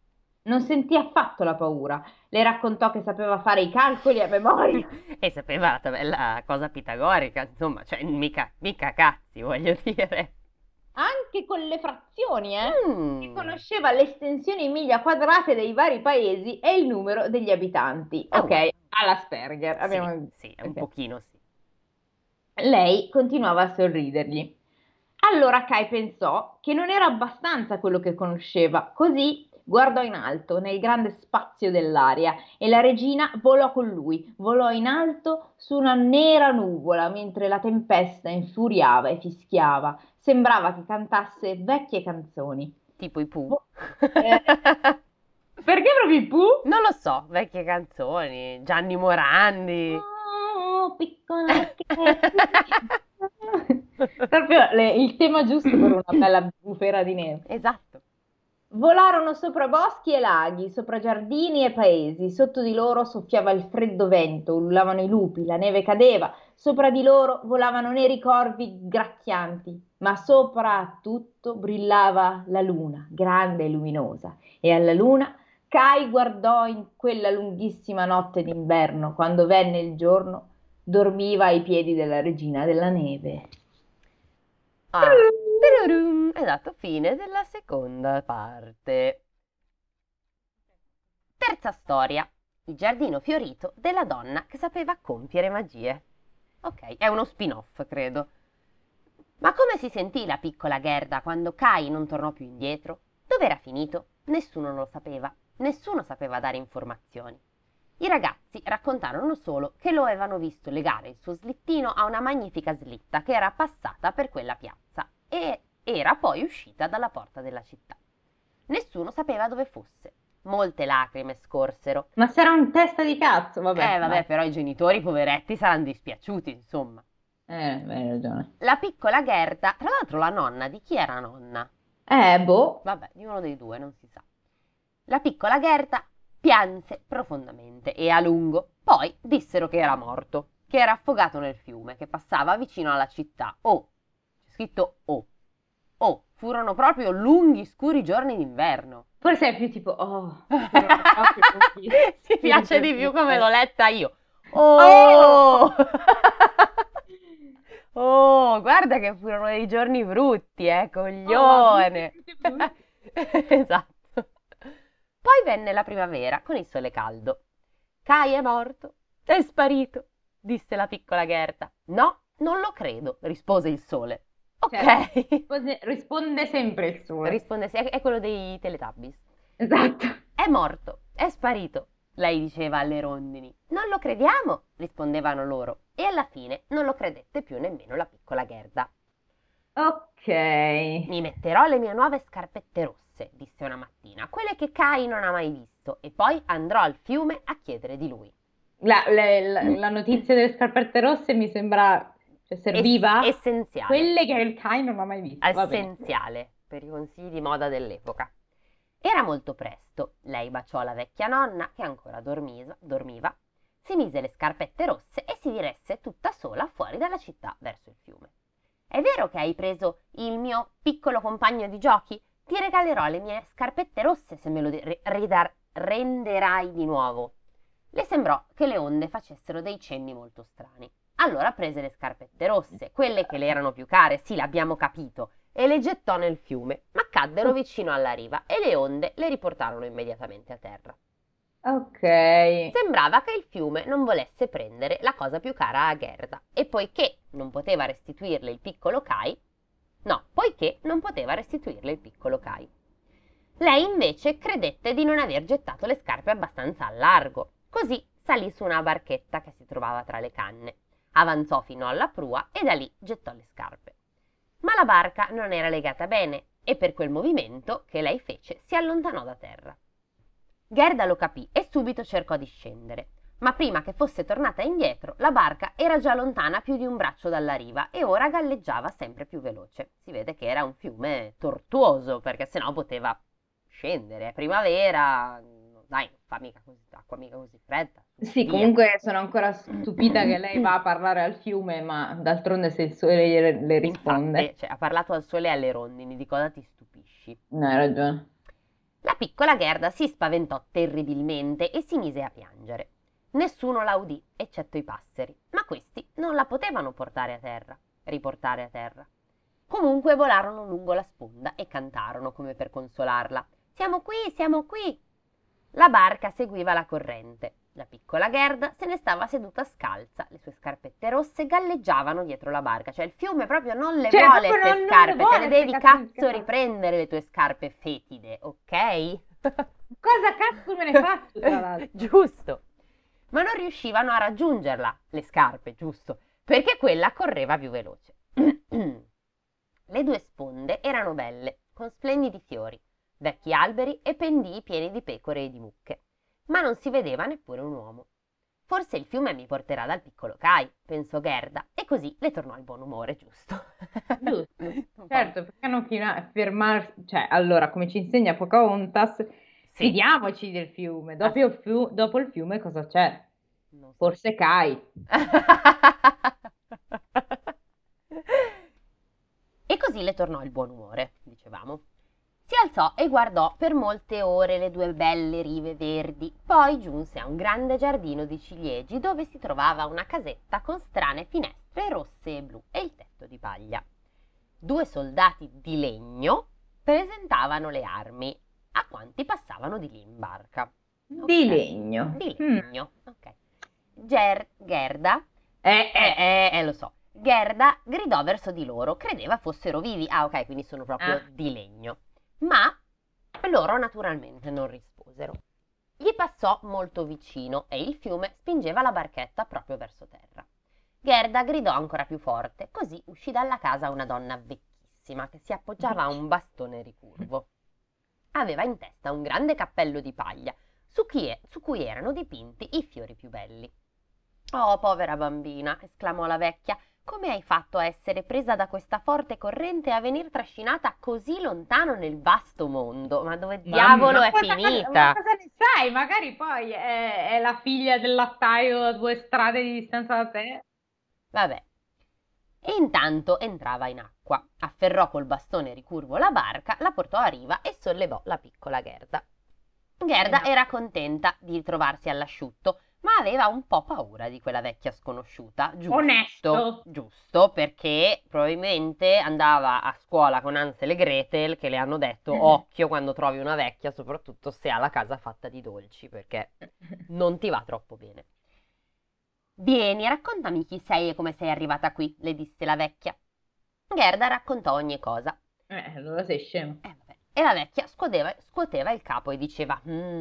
Non sentì affatto la paura. Le raccontò che sapeva fare i calcoli a memoria. E sapeva la cosa pitagorica, insomma, cioè mica cazzi, voglio dire. Anche con le frazioni, che Mm. conosceva le estensioni in miglia quadrate dei vari paesi e il numero degli abitanti. Ah, well, Ok, all'Asperger. sì, Abbiamo... sì, un ok. pochino sì. Lei continuava a sorridergli. Allora Kai pensò che non era abbastanza quello che conosceva, così guardò in alto, nel grande spazio dell'aria, e la regina volò con lui, volò in alto su una nera nuvola, mentre la tempesta infuriava e fischiava. Sembrava che cantasse vecchie canzoni. Tipo i Pooh. Vo- eh, perché proprio i Pooh? Non lo so, vecchie canzoni, Gianni Morandi. Oh, piccola Katie. Proprio il tema giusto per una bella bufera di neve. Esatto. Volarono sopra boschi e laghi, sopra giardini e paesi. Sotto di loro soffiava il freddo vento, ullavano i lupi, la neve cadeva. Sopra di loro volavano neri corvi gracchianti, ma sopra tutto brillava la luna, grande e luminosa. E alla luna Kai guardò in quella lunghissima notte d'inverno, quando venne il giorno, dormiva ai piedi della regina della neve. Ah, tururum, esatto, fine della seconda parte. Terza storia. Il giardino fiorito della donna che sapeva compiere magie. Ok, è uno spin-off, credo. Ma come si sentì la piccola Gerda quando Kai non tornò più indietro? Dove era finito? Nessuno lo sapeva. Nessuno sapeva dare informazioni. I ragazzi raccontarono solo che lo avevano visto legare il suo slittino a una magnifica slitta che era passata per quella piazza e era poi uscita dalla porta della città. Nessuno sapeva dove fosse. Molte lacrime scorsero. Ma sarà un testa di cazzo, vabbè, Vabbè, vai. però i genitori poveretti saranno dispiaciuti, insomma. Hai ragione. La piccola Gerda, tra l'altro la nonna, di chi era nonna? Boh. Vabbè, di uno dei due, non si sa. La piccola Gerda pianse profondamente e a lungo. Poi dissero che era morto, che era affogato nel fiume, che passava vicino alla città. Oh, c'è scritto oh. Oh, furono proprio lunghi, scuri giorni d'inverno. Forse è più tipo, oh, furono proprio lunghi, Ti scuri piace giorni di di più come l'ho inverno. letta io. Oh! Oh! Oh, guarda che furono dei giorni brutti, Oh, ma brutti, coglione. brutti, brutti. Esatto. Poi venne la primavera con il sole caldo. Kai è morto, è sparito, disse la piccola Gerda. No, non lo credo, rispose il sole. Certo, Ok, risponde sempre il sole. risponde, sì, è quello dei Teletubbies. Esatto. È morto, è sparito, lei diceva alle rondini. Non lo crediamo, rispondevano loro, e alla fine non lo credette più nemmeno la piccola Gerda. Ok. Mi metterò le mie nuove scarpette rosse, disse una mattina, quelle che Kai non ha mai visto, e poi andrò al fiume a chiedere di lui. La notizia delle scarpette rosse mi sembra, cioè, serviva Essenziale, quelle che il Kai non ha mai visto. Va bene. essenziale per i consigli di moda dell'epoca. Era molto presto, lei baciò la vecchia nonna che ancora dormiva, si mise le scarpette rosse e si diresse tutta sola fuori dalla città verso il fiume. È vero che hai preso il mio piccolo compagno di giochi? Ti regalerò le mie scarpette rosse se me lo renderai di nuovo. Le sembrò che le onde facessero dei cenni molto strani. Allora prese le scarpette rosse, quelle che le erano più care, sì, l'abbiamo capito, e le gettò nel fiume, ma caddero vicino alla riva e le onde le riportarono immediatamente a terra. Ok. Sembrava che il fiume non volesse prendere la cosa più cara a Gerda e poiché non poteva restituirle il piccolo Kai, poiché non poteva restituirle il piccolo Kai. Lei invece credette di non aver gettato le scarpe abbastanza a largo, così salì su una barchetta che si trovava tra le canne, avanzò fino alla prua e da lì gettò le scarpe. Ma la barca non era legata bene e per quel movimento che lei fece si allontanò da terra. Gerda lo capì e subito cercò di scendere, ma prima che fosse tornata indietro la barca era già lontana più di un braccio dalla riva e ora galleggiava sempre più veloce. Si vede che era un fiume tortuoso perché sennò poteva scendere. È primavera, dai, non fa mica così, acqua mica così fredda, su, Sì, via. comunque sono ancora stupita che lei va a parlare al fiume, ma d'altronde se il sole le Infatti, risponde. cioè, ha parlato al sole e alle rondini, di cosa ti stupisci? No, hai ragione. La piccola Gerda si spaventò terribilmente e si mise a piangere. Nessuno la udì, eccetto i passeri, ma questi non la potevano riportare a terra. Comunque volarono lungo la sponda e cantarono come per consolarla. Siamo qui, siamo qui! La barca seguiva la corrente. La piccola Gerda se ne stava seduta scalza, le sue scarpette rosse galleggiavano dietro la barca. Cioè il fiume proprio non le Cioè, vuole proprio ste non le scarpe, te vuole le ste devi cazzo di cazzo scarpe. riprendere le tue scarpe fetide, ok? Cosa cazzo me ne faccio, tra l'altro? Giusto. Ma non riuscivano a raggiungerla, le scarpe, giusto, perché quella correva più veloce. Le due sponde erano belle, con splendidi fiori, vecchi alberi e pendii pieni di pecore e di mucche, ma non si vedeva neppure un uomo. Forse il fiume mi porterà dal piccolo Kai, pensò Gerda, e così le tornò il buon umore, giusto? Giusto, Un po'. certo, perché non fermarsi? Cioè, allora, come ci insegna Pocahontas, Sì, fidiamoci del fiume. ass- Dopo il fiume cosa c'è? non so. Forse Kai. E così le tornò il buon umore, dicevamo. Si alzò e guardò per molte ore le due belle rive verdi, poi giunse a un grande giardino di ciliegi dove si trovava una casetta con strane finestre rosse e blu e il tetto di paglia. Due soldati di legno presentavano le armi a quanti passavano di lì in barca. Di Ok, legno. di Mm. legno, ok. Gerda, lo so, Gerda gridò verso di loro, credeva fossero vivi. Ah, ok, quindi sono proprio Ah. di legno. Ma loro naturalmente non risposero. Gli passò molto vicino e il fiume spingeva la barchetta proprio verso terra. Gerda gridò ancora più forte, così uscì dalla casa una donna vecchissima che si appoggiava a un bastone ricurvo. Aveva in testa un grande cappello di paglia, su cui erano dipinti i fiori più belli. Oh, povera bambina, esclamò la vecchia, come hai fatto a essere presa da questa forte corrente e a venir trascinata così lontano nel vasto mondo? Ma dove diavolo Ma è ma finita? cosa ne sai? Magari poi è la figlia del lattaio a 2 strade di distanza da te. Vabbè. E intanto entrava in acqua, afferrò col bastone ricurvo la barca, la portò a riva e sollevò la piccola Gerda. Gerda era contenta di trovarsi all'asciutto, ma aveva un po' paura di quella vecchia sconosciuta. Giusto, Onesto. giusto, perché probabilmente andava a scuola con Hansel e Gretel che le hanno detto occhio quando trovi una vecchia, soprattutto se ha la casa fatta di dolci, perché non ti va troppo bene. Vieni, raccontami chi sei e come sei arrivata qui, le disse la vecchia. Gerda raccontò ogni cosa. Allora sei scemo. Vabbè. E la vecchia scuoteva il capo e diceva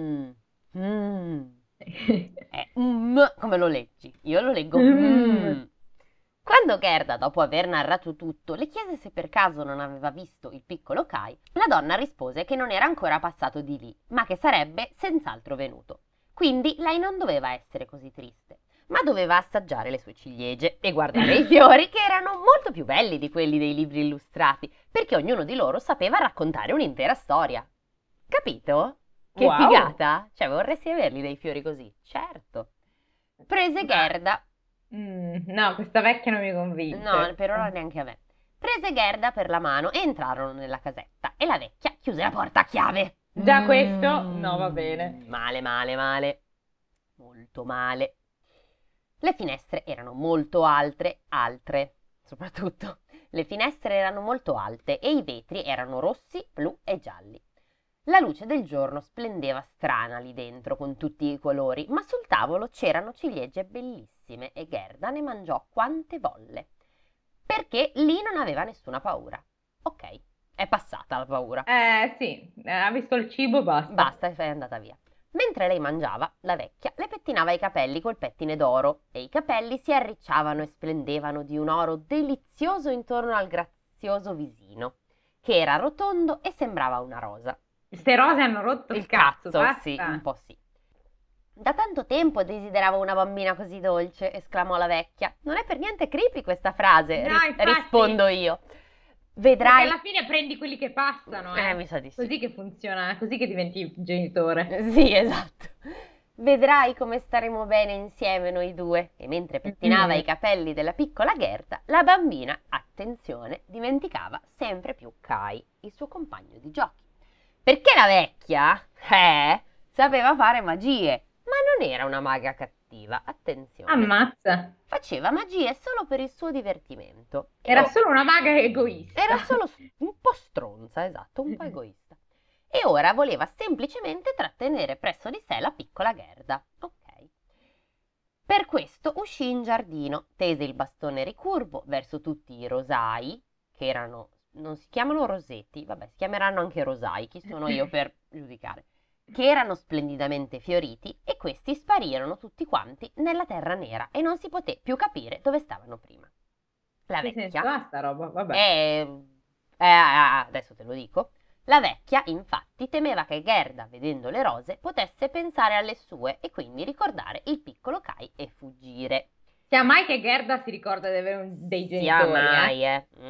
come lo leggi? Io lo leggo Quando Gerda, dopo aver narrato tutto, le chiese se per caso non aveva visto il piccolo Kai, la donna rispose che non era ancora passato di lì, ma che sarebbe senz'altro venuto. Quindi lei non doveva essere così triste, ma doveva assaggiare le sue ciliegie e guardare i fiori che erano molto più belli di quelli dei libri illustrati, perché ognuno di loro sapeva raccontare un'intera storia. Capito? Che Wow. figata! Cioè, vorresti averli dei fiori così? Certo. Prese Gerda. No, questa vecchia non mi convince. No, per ora neanche a me. Prese Gerda per la mano e entrarono nella casetta e la vecchia chiuse la porta a chiave. Già questo? No, va bene. Male, male, male. Molto male. Le finestre erano molto alte, soprattutto. Le finestre erano molto alte e i vetri erano rossi, blu e gialli. La luce del giorno splendeva strana lì dentro con tutti i colori, ma sul tavolo c'erano ciliegie bellissime e Gerda ne mangiò quante volle, perché lì non aveva nessuna paura. Ok, è passata la paura. Sì, ha visto il cibo, basta. Basta, è andata via. Mentre lei mangiava, la vecchia le pettinava i capelli col pettine d'oro e i capelli si arricciavano e splendevano di un oro delizioso intorno al grazioso visino, che era rotondo e sembrava una rosa. Ste rose hanno rotto il cazzo, basta. Sì, un po' sì. Da tanto tempo desideravo una bambina così dolce, esclamò la vecchia. Non è per niente creepy questa frase, No, infatti. rispondo io. Perché Vedrai. alla fine prendi quelli che passano, Mi sa di sì. Così che funziona, così che diventi genitore. Sì, esatto. Vedrai come staremo bene insieme noi due. E mentre pettinava i capelli della piccola Gerda, la bambina, attenzione, dimenticava sempre più Kai, il suo compagno di giochi. Perché la vecchia, sapeva fare magie, ma non era una maga cattiva, attenzione. Ammazza. Faceva magie solo per il suo divertimento. Era solo una maga egoista. Era solo un po' stronza, esatto, un po' egoista. E ora voleva semplicemente trattenere presso di sé la piccola Gerda. Ok. Per questo uscì in giardino, tese il bastone ricurvo verso tutti i rosai, che erano, non si chiamano rosetti, vabbè, si chiameranno anche rosai, chi sono io per giudicare, che erano splendidamente fioriti, e questi sparirono tutti quanti nella terra nera e non si poté più capire dove stavano prima. La Che senso vecchia, ha sta roba? Vabbè. adesso te lo dico, la vecchia infatti temeva che Gerda, vedendo le rose, potesse pensare alle sue e quindi ricordare il piccolo Kai e fuggire. Sia mai che Gerda si ricorda di avere dei Sia genitori, mai,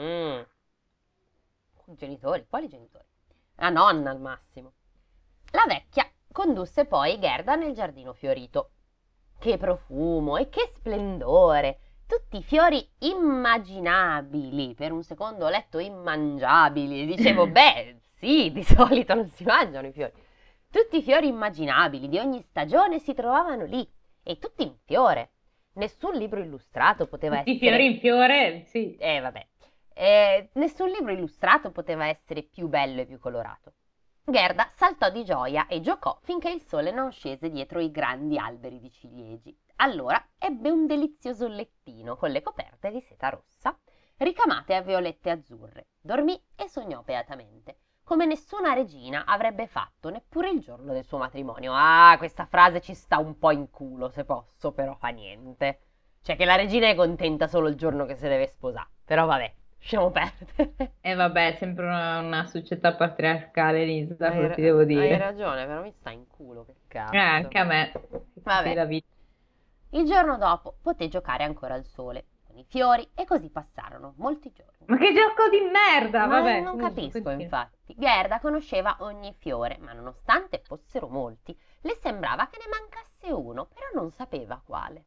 Genitori? Quali genitori? La nonna al massimo. La vecchia condusse poi Gerda nel giardino fiorito. Che profumo e che splendore! Tutti fiori immaginabili. Per un secondo ho letto immangiabili e dicevo, beh, sì, di solito non si mangiano i fiori. Tutti i fiori immaginabili di ogni stagione si trovavano lì, e tutti in fiore. Nessun libro illustrato poteva Tutti i essere... fiori in fiore, sì. Vabbè. Nessun libro illustrato poteva essere più bello e più colorato. Gerda saltò di gioia e giocò finché il sole non scese dietro i grandi alberi di ciliegi. Allora ebbe un delizioso lettino con le coperte di seta rossa, ricamate a violette azzurre. Dormì e sognò beatamente, come nessuna regina avrebbe fatto neppure il giorno del suo matrimonio. Ah, questa frase ci sta un po' in culo, se posso, però fa niente. Cioè che la regina è contenta solo il giorno che si deve sposare. Però vabbè, lasciamo perdere. E vabbè, è sempre una società patriarcale, Lisa, Hai, cosa ti devo hai dire? ragione, però mi sta in culo, che Anche cazzo. a me. Così Vabbè, la vita. il giorno dopo poté giocare ancora al sole, con i fiori, e così passarono molti giorni. Ma che gioco di merda, Ma vabbè. non Comunque, capisco, continua. infatti. Gerda conosceva ogni fiore, ma nonostante fossero molti, le sembrava che ne mancasse uno, però non sapeva quale.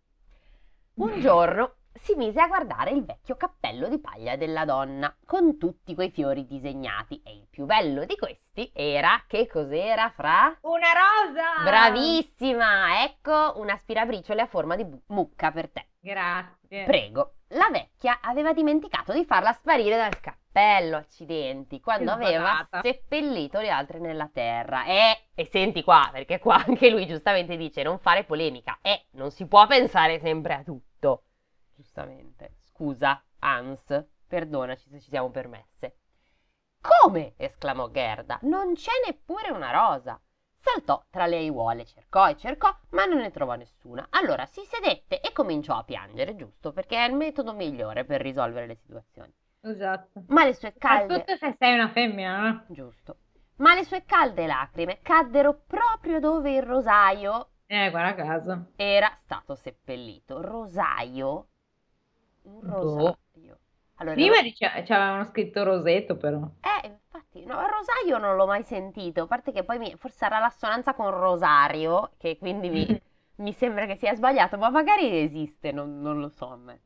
Un giorno si mise a guardare il vecchio cappello di paglia della donna, con tutti quei fiori disegnati, e il più bello di questi era, che cos'era, Fra? Una rosa! Bravissima! Ecco un aspirabriciole a forma di mucca per te. Grazie. Prego. La vecchia aveva dimenticato di farla sparire dal cappello, accidenti, quando Che aveva sbadata. seppellito le altre nella terra. E senti qua, perché qua anche lui giustamente dice non fare polemica. Non si può pensare sempre a tutto. Giustamente. Scusa, Hans, perdonaci se ci siamo permesse. Come? Esclamò Gerda. Non c'è neppure una rosa. Saltò tra le aiuole, cercò e cercò, ma non ne trovò nessuna. Allora si sedette e cominciò a piangere, giusto, perché è il metodo migliore per risolvere le situazioni. Esatto. Ma le sue calde... Soprattutto se sei una femmina, no? Giusto. Ma le sue calde lacrime caddero proprio dove il rosaio Guarda caso. era stato seppellito. Rosaio? Un Boh. rosaio. Allora, Prima ci avevano scritto Roseto, però. infatti, no, rosaio non l'ho mai sentito, a parte che poi forse sarà l'assonanza con rosario, che quindi mi sembra che sia sbagliato, ma magari esiste, non lo so a me.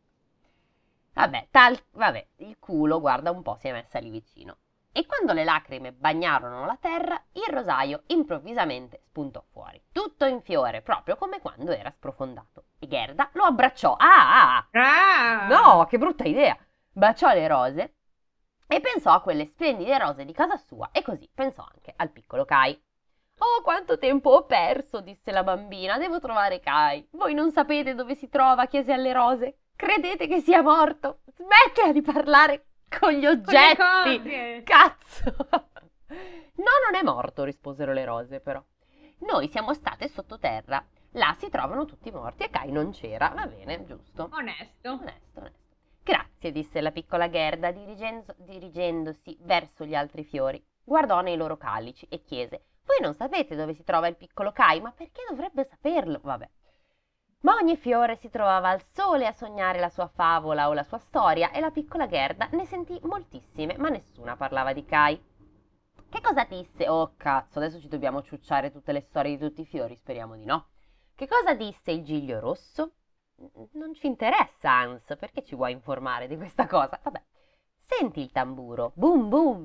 Vabbè, il culo, guarda un po', si è messa lì vicino. E quando le lacrime bagnarono la terra, il rosaio improvvisamente spuntò fuori, tutto in fiore, proprio come quando era sprofondato. E Gerda lo abbracciò. Ah! No, che brutta idea! Baciò le rose e pensò a quelle splendide rose di casa sua, e così pensò anche al piccolo Kai. Oh, quanto tempo ho perso, disse la bambina, devo trovare Kai. Voi non sapete dove si trova, chiese alle rose. Credete che sia morto? Smettila di parlare con gli oggetti! cose. Cazzo! No, non è morto, risposero le rose, però. Noi siamo state sottoterra. Là si trovano tutti morti e Kai non c'era. Va bene, giusto. Onesto. Onesto. Grazie, disse la piccola Gerda, dirigendosi verso gli altri fiori. Guardò nei loro calici e chiese: voi non sapete dove si trova il piccolo Kai? Ma perché dovrebbe saperlo? Vabbè. Ma ogni fiore si trovava al sole a sognare la sua favola o la sua storia, e la piccola Gerda ne sentì moltissime, ma nessuna parlava di Kai. Che cosa disse? Oh cazzo, adesso ci dobbiamo ciucciare tutte le storie di tutti i fiori, speriamo di no. Che cosa disse il giglio rosso? Non ci interessa, Hans, perché ci vuoi informare di questa cosa? Vabbè. Senti il tamburo, boom boom.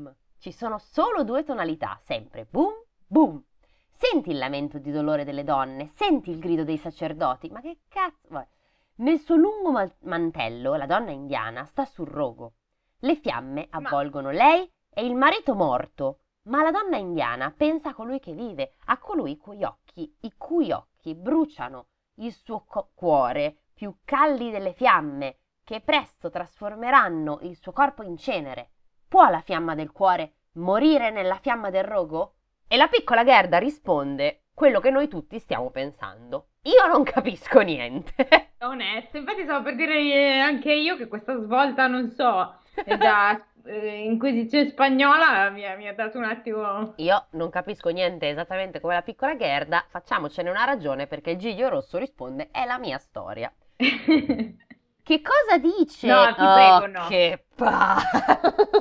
Ci sono solo 2 tonalità, sempre boom, boom. Senti il lamento di dolore delle donne, senti il grido dei sacerdoti. Ma che cazzo? Vabbè. Nel suo lungo mantello, la donna indiana sta sul rogo. Le fiamme Ma avvolgono lei e il marito morto. Ma la donna indiana pensa a colui che vive, a colui i cui occhi bruciano il suo cuore più caldi delle fiamme, che presto trasformeranno il suo corpo in cenere. Può la fiamma del cuore morire nella fiamma del rogo? E la piccola Gerda risponde quello che noi tutti stiamo pensando. Io non capisco niente. onesto, infatti stavo per dire anche io che questa svolta, non so, da Inquisizione spagnola mi ha dato un attimo... Io non capisco niente esattamente come la piccola Gerda, facciamocene una ragione perché il Giglio Rosso risponde è la mia storia. Che cosa dice? No, ti prego, no. Che palle!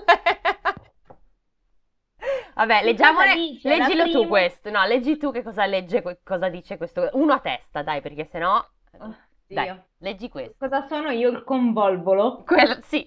Vabbè, Che cosa leggiamone, dice la leggilo tu prima? questo. No, leggi tu che cosa legge, cosa dice questo. Uno a testa, dai, perché sennò... Oh, Dai, Dio. leggi questo. Cosa sono io il convolvolo? Sì.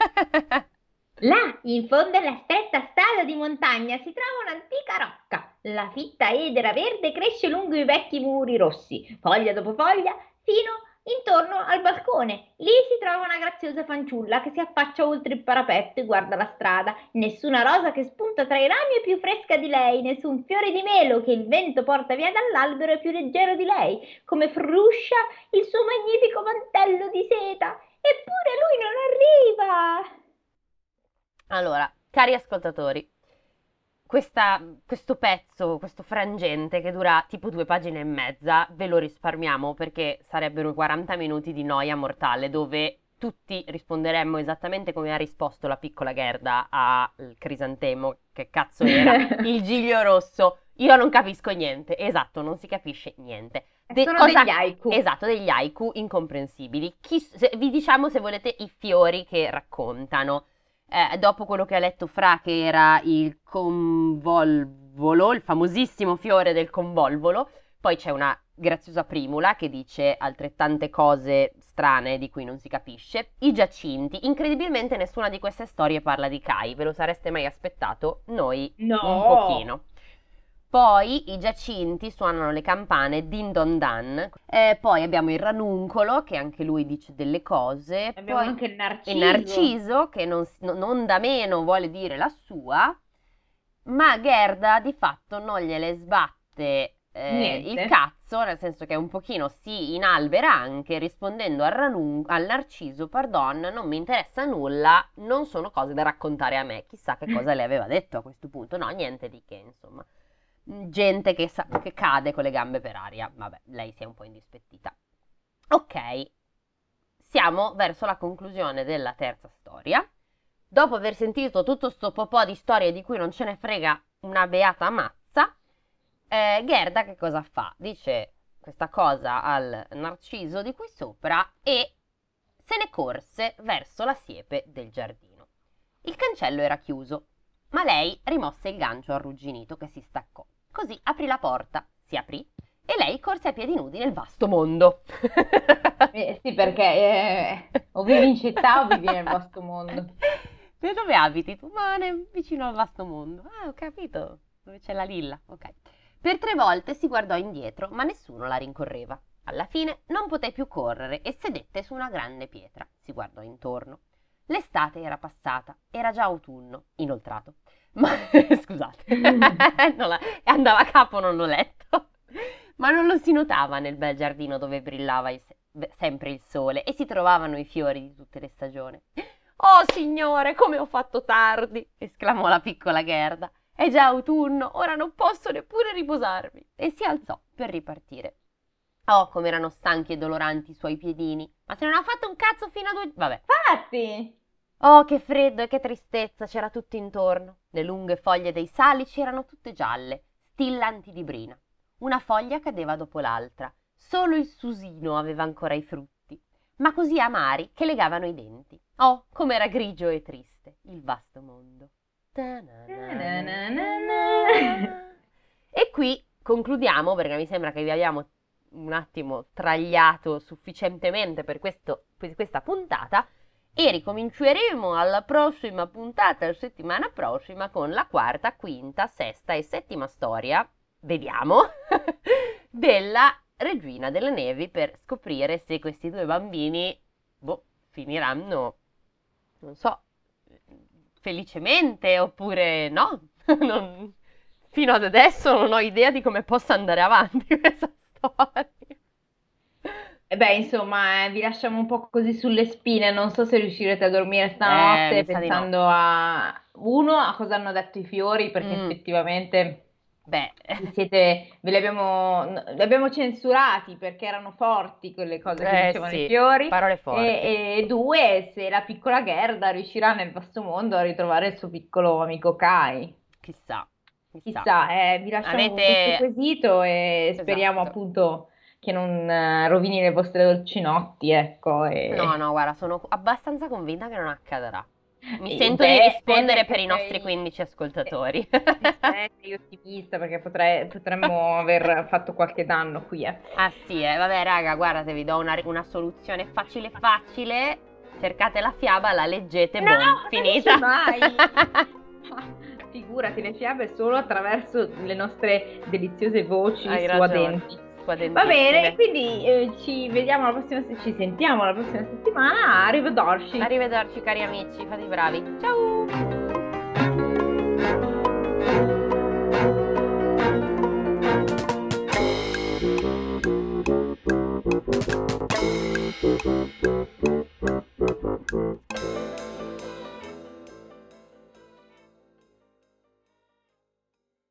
Là, in fondo alla stretta strada di montagna, si trova un'antica rocca. La fitta edera verde cresce lungo i vecchi muri rossi, foglia dopo foglia, fino intorno al balcone. Lì si trova una graziosa fanciulla che si affaccia oltre il parapetto e guarda la strada. Nessuna rosa che spunta tra i rami è più fresca di lei, nessun fiore di melo che il vento porta via dall'albero è più leggero di lei. Come fruscia il suo magnifico mantello di seta. Eppure lui non arriva. Allora, cari ascoltatori, questo pezzo, questo frangente che dura tipo 2 pagine e mezza, ve lo risparmiamo perché sarebbero 40 minuti di noia mortale dove tutti risponderemmo esattamente come ha risposto la piccola Gerda al crisantemo, che cazzo era, il Giglio Rosso. Io non capisco niente, esatto, non si capisce niente. Sono degli haiku. Esatto, degli haiku incomprensibili. Vi diciamo se volete i fiori che raccontano. Dopo quello che ha letto Fra, che era il convolvolo, il famosissimo fiore del convolvolo, poi c'è una graziosa primula che dice altrettante cose strane di cui non si capisce. I giacinti, incredibilmente nessuna di queste storie parla di Kai, ve lo sareste mai aspettato? Noi No. un pochino. Poi i giacinti suonano le campane din don dan. Poi abbiamo il ranuncolo che anche lui dice delle cose. Abbiamo Poi anche il narciso. il narciso che non da meno vuole dire la sua, ma Gerda di fatto non gliele sbatte Niente. il cazzo, nel senso che un pochino si inalbera anche rispondendo al narciso, pardon, non mi interessa nulla, non sono cose da raccontare a me. Chissà che cosa le aveva detto a questo punto. No, niente di che, insomma. Gente che cade con le gambe per aria. Vabbè, lei si è un po' indispettita. Ok, siamo verso la conclusione della terza storia. Dopo aver sentito tutto sto popò di storie di cui non ce ne frega una beata mazza, Gerda che cosa fa? Dice questa cosa al narciso di qui sopra e se ne corse verso la siepe del giardino. Il cancello era chiuso, ma lei rimosse il gancio arrugginito che si staccò. Così aprì la porta, si aprì e lei corse a piedi nudi nel vasto mondo. Sì, perché o vivi in città o vivi nel vasto mondo. E dove abiti tu? Ma vicino al vasto mondo. Ah, ho capito. Dove c'è la lilla. Ok. Per 3 volte si guardò indietro, ma nessuno la rincorreva. Alla fine non poté più correre e sedette su una grande pietra. Si guardò intorno. L'estate era passata, era già autunno, inoltrato. Ma scusate, andava a capo, non l'ho letto. Ma non lo si notava nel bel giardino dove brillava sempre il sole e si trovavano i fiori di tutte le stagioni. «Oh, signore, come ho fatto tardi!» esclamò la piccola Gerda. «È già autunno, ora non posso neppure riposarmi!» E si alzò per ripartire. Oh, come erano stanchi e doloranti i suoi piedini! Ma se non ha fatto un cazzo fino a 2... Vabbè. Infatti! Oh, che freddo e che tristezza c'era tutto intorno. Le lunghe foglie dei salici erano tutte gialle, stillanti di brina. Una foglia cadeva dopo l'altra. Solo il susino aveva ancora i frutti, ma così amari che legavano i denti. Oh, com'era grigio e triste il vasto mondo. E qui concludiamo, perché mi sembra che vi abbiamo un attimo tragliato sufficientemente per questa puntata, e ricominceremo alla prossima puntata, la settimana prossima, con la quarta, quinta, sesta e settima storia, vediamo, della Regina delle Nevi, per scoprire se questi due bambini, finiranno, non so, felicemente oppure no. Fino ad adesso non ho idea di come possa andare avanti questa storia. E beh, insomma, vi lasciamo un po' così sulle spine. Non so se riuscirete a dormire stanotte Mi sa di no. pensando a cosa hanno detto i fiori, perché effettivamente Beh, ve li abbiamo censurati perché erano forti quelle cose che dicevano i sì, fiori. parole forti. E due, se la piccola Gerda riuscirà nel vasto mondo a ritrovare il suo piccolo amico Kai. Chissà. Chissà, vi lasciamo con questo Avete... quesito e speriamo Esatto. appunto che non rovini le vostre dolci notti, ecco. No, guarda, sono abbastanza convinta che non accadrà. Mi E sento di beh, rispondere per perché i nostri 15 ascoltatori. sei ottimista perché potremmo aver fatto qualche danno qui, eh. Ah sì, vabbè raga, guardate, vi do una soluzione facile facile. Cercate la fiaba, la leggete, No, boom, non finita. dici mai! Figurati, le fiabe solo attraverso le nostre deliziose voci Hai ragione, suadenti. Va bene, suadentissime. quindi ci sentiamo la prossima settimana. Arrivederci. Arrivederci cari amici, fate i bravi. Ciao!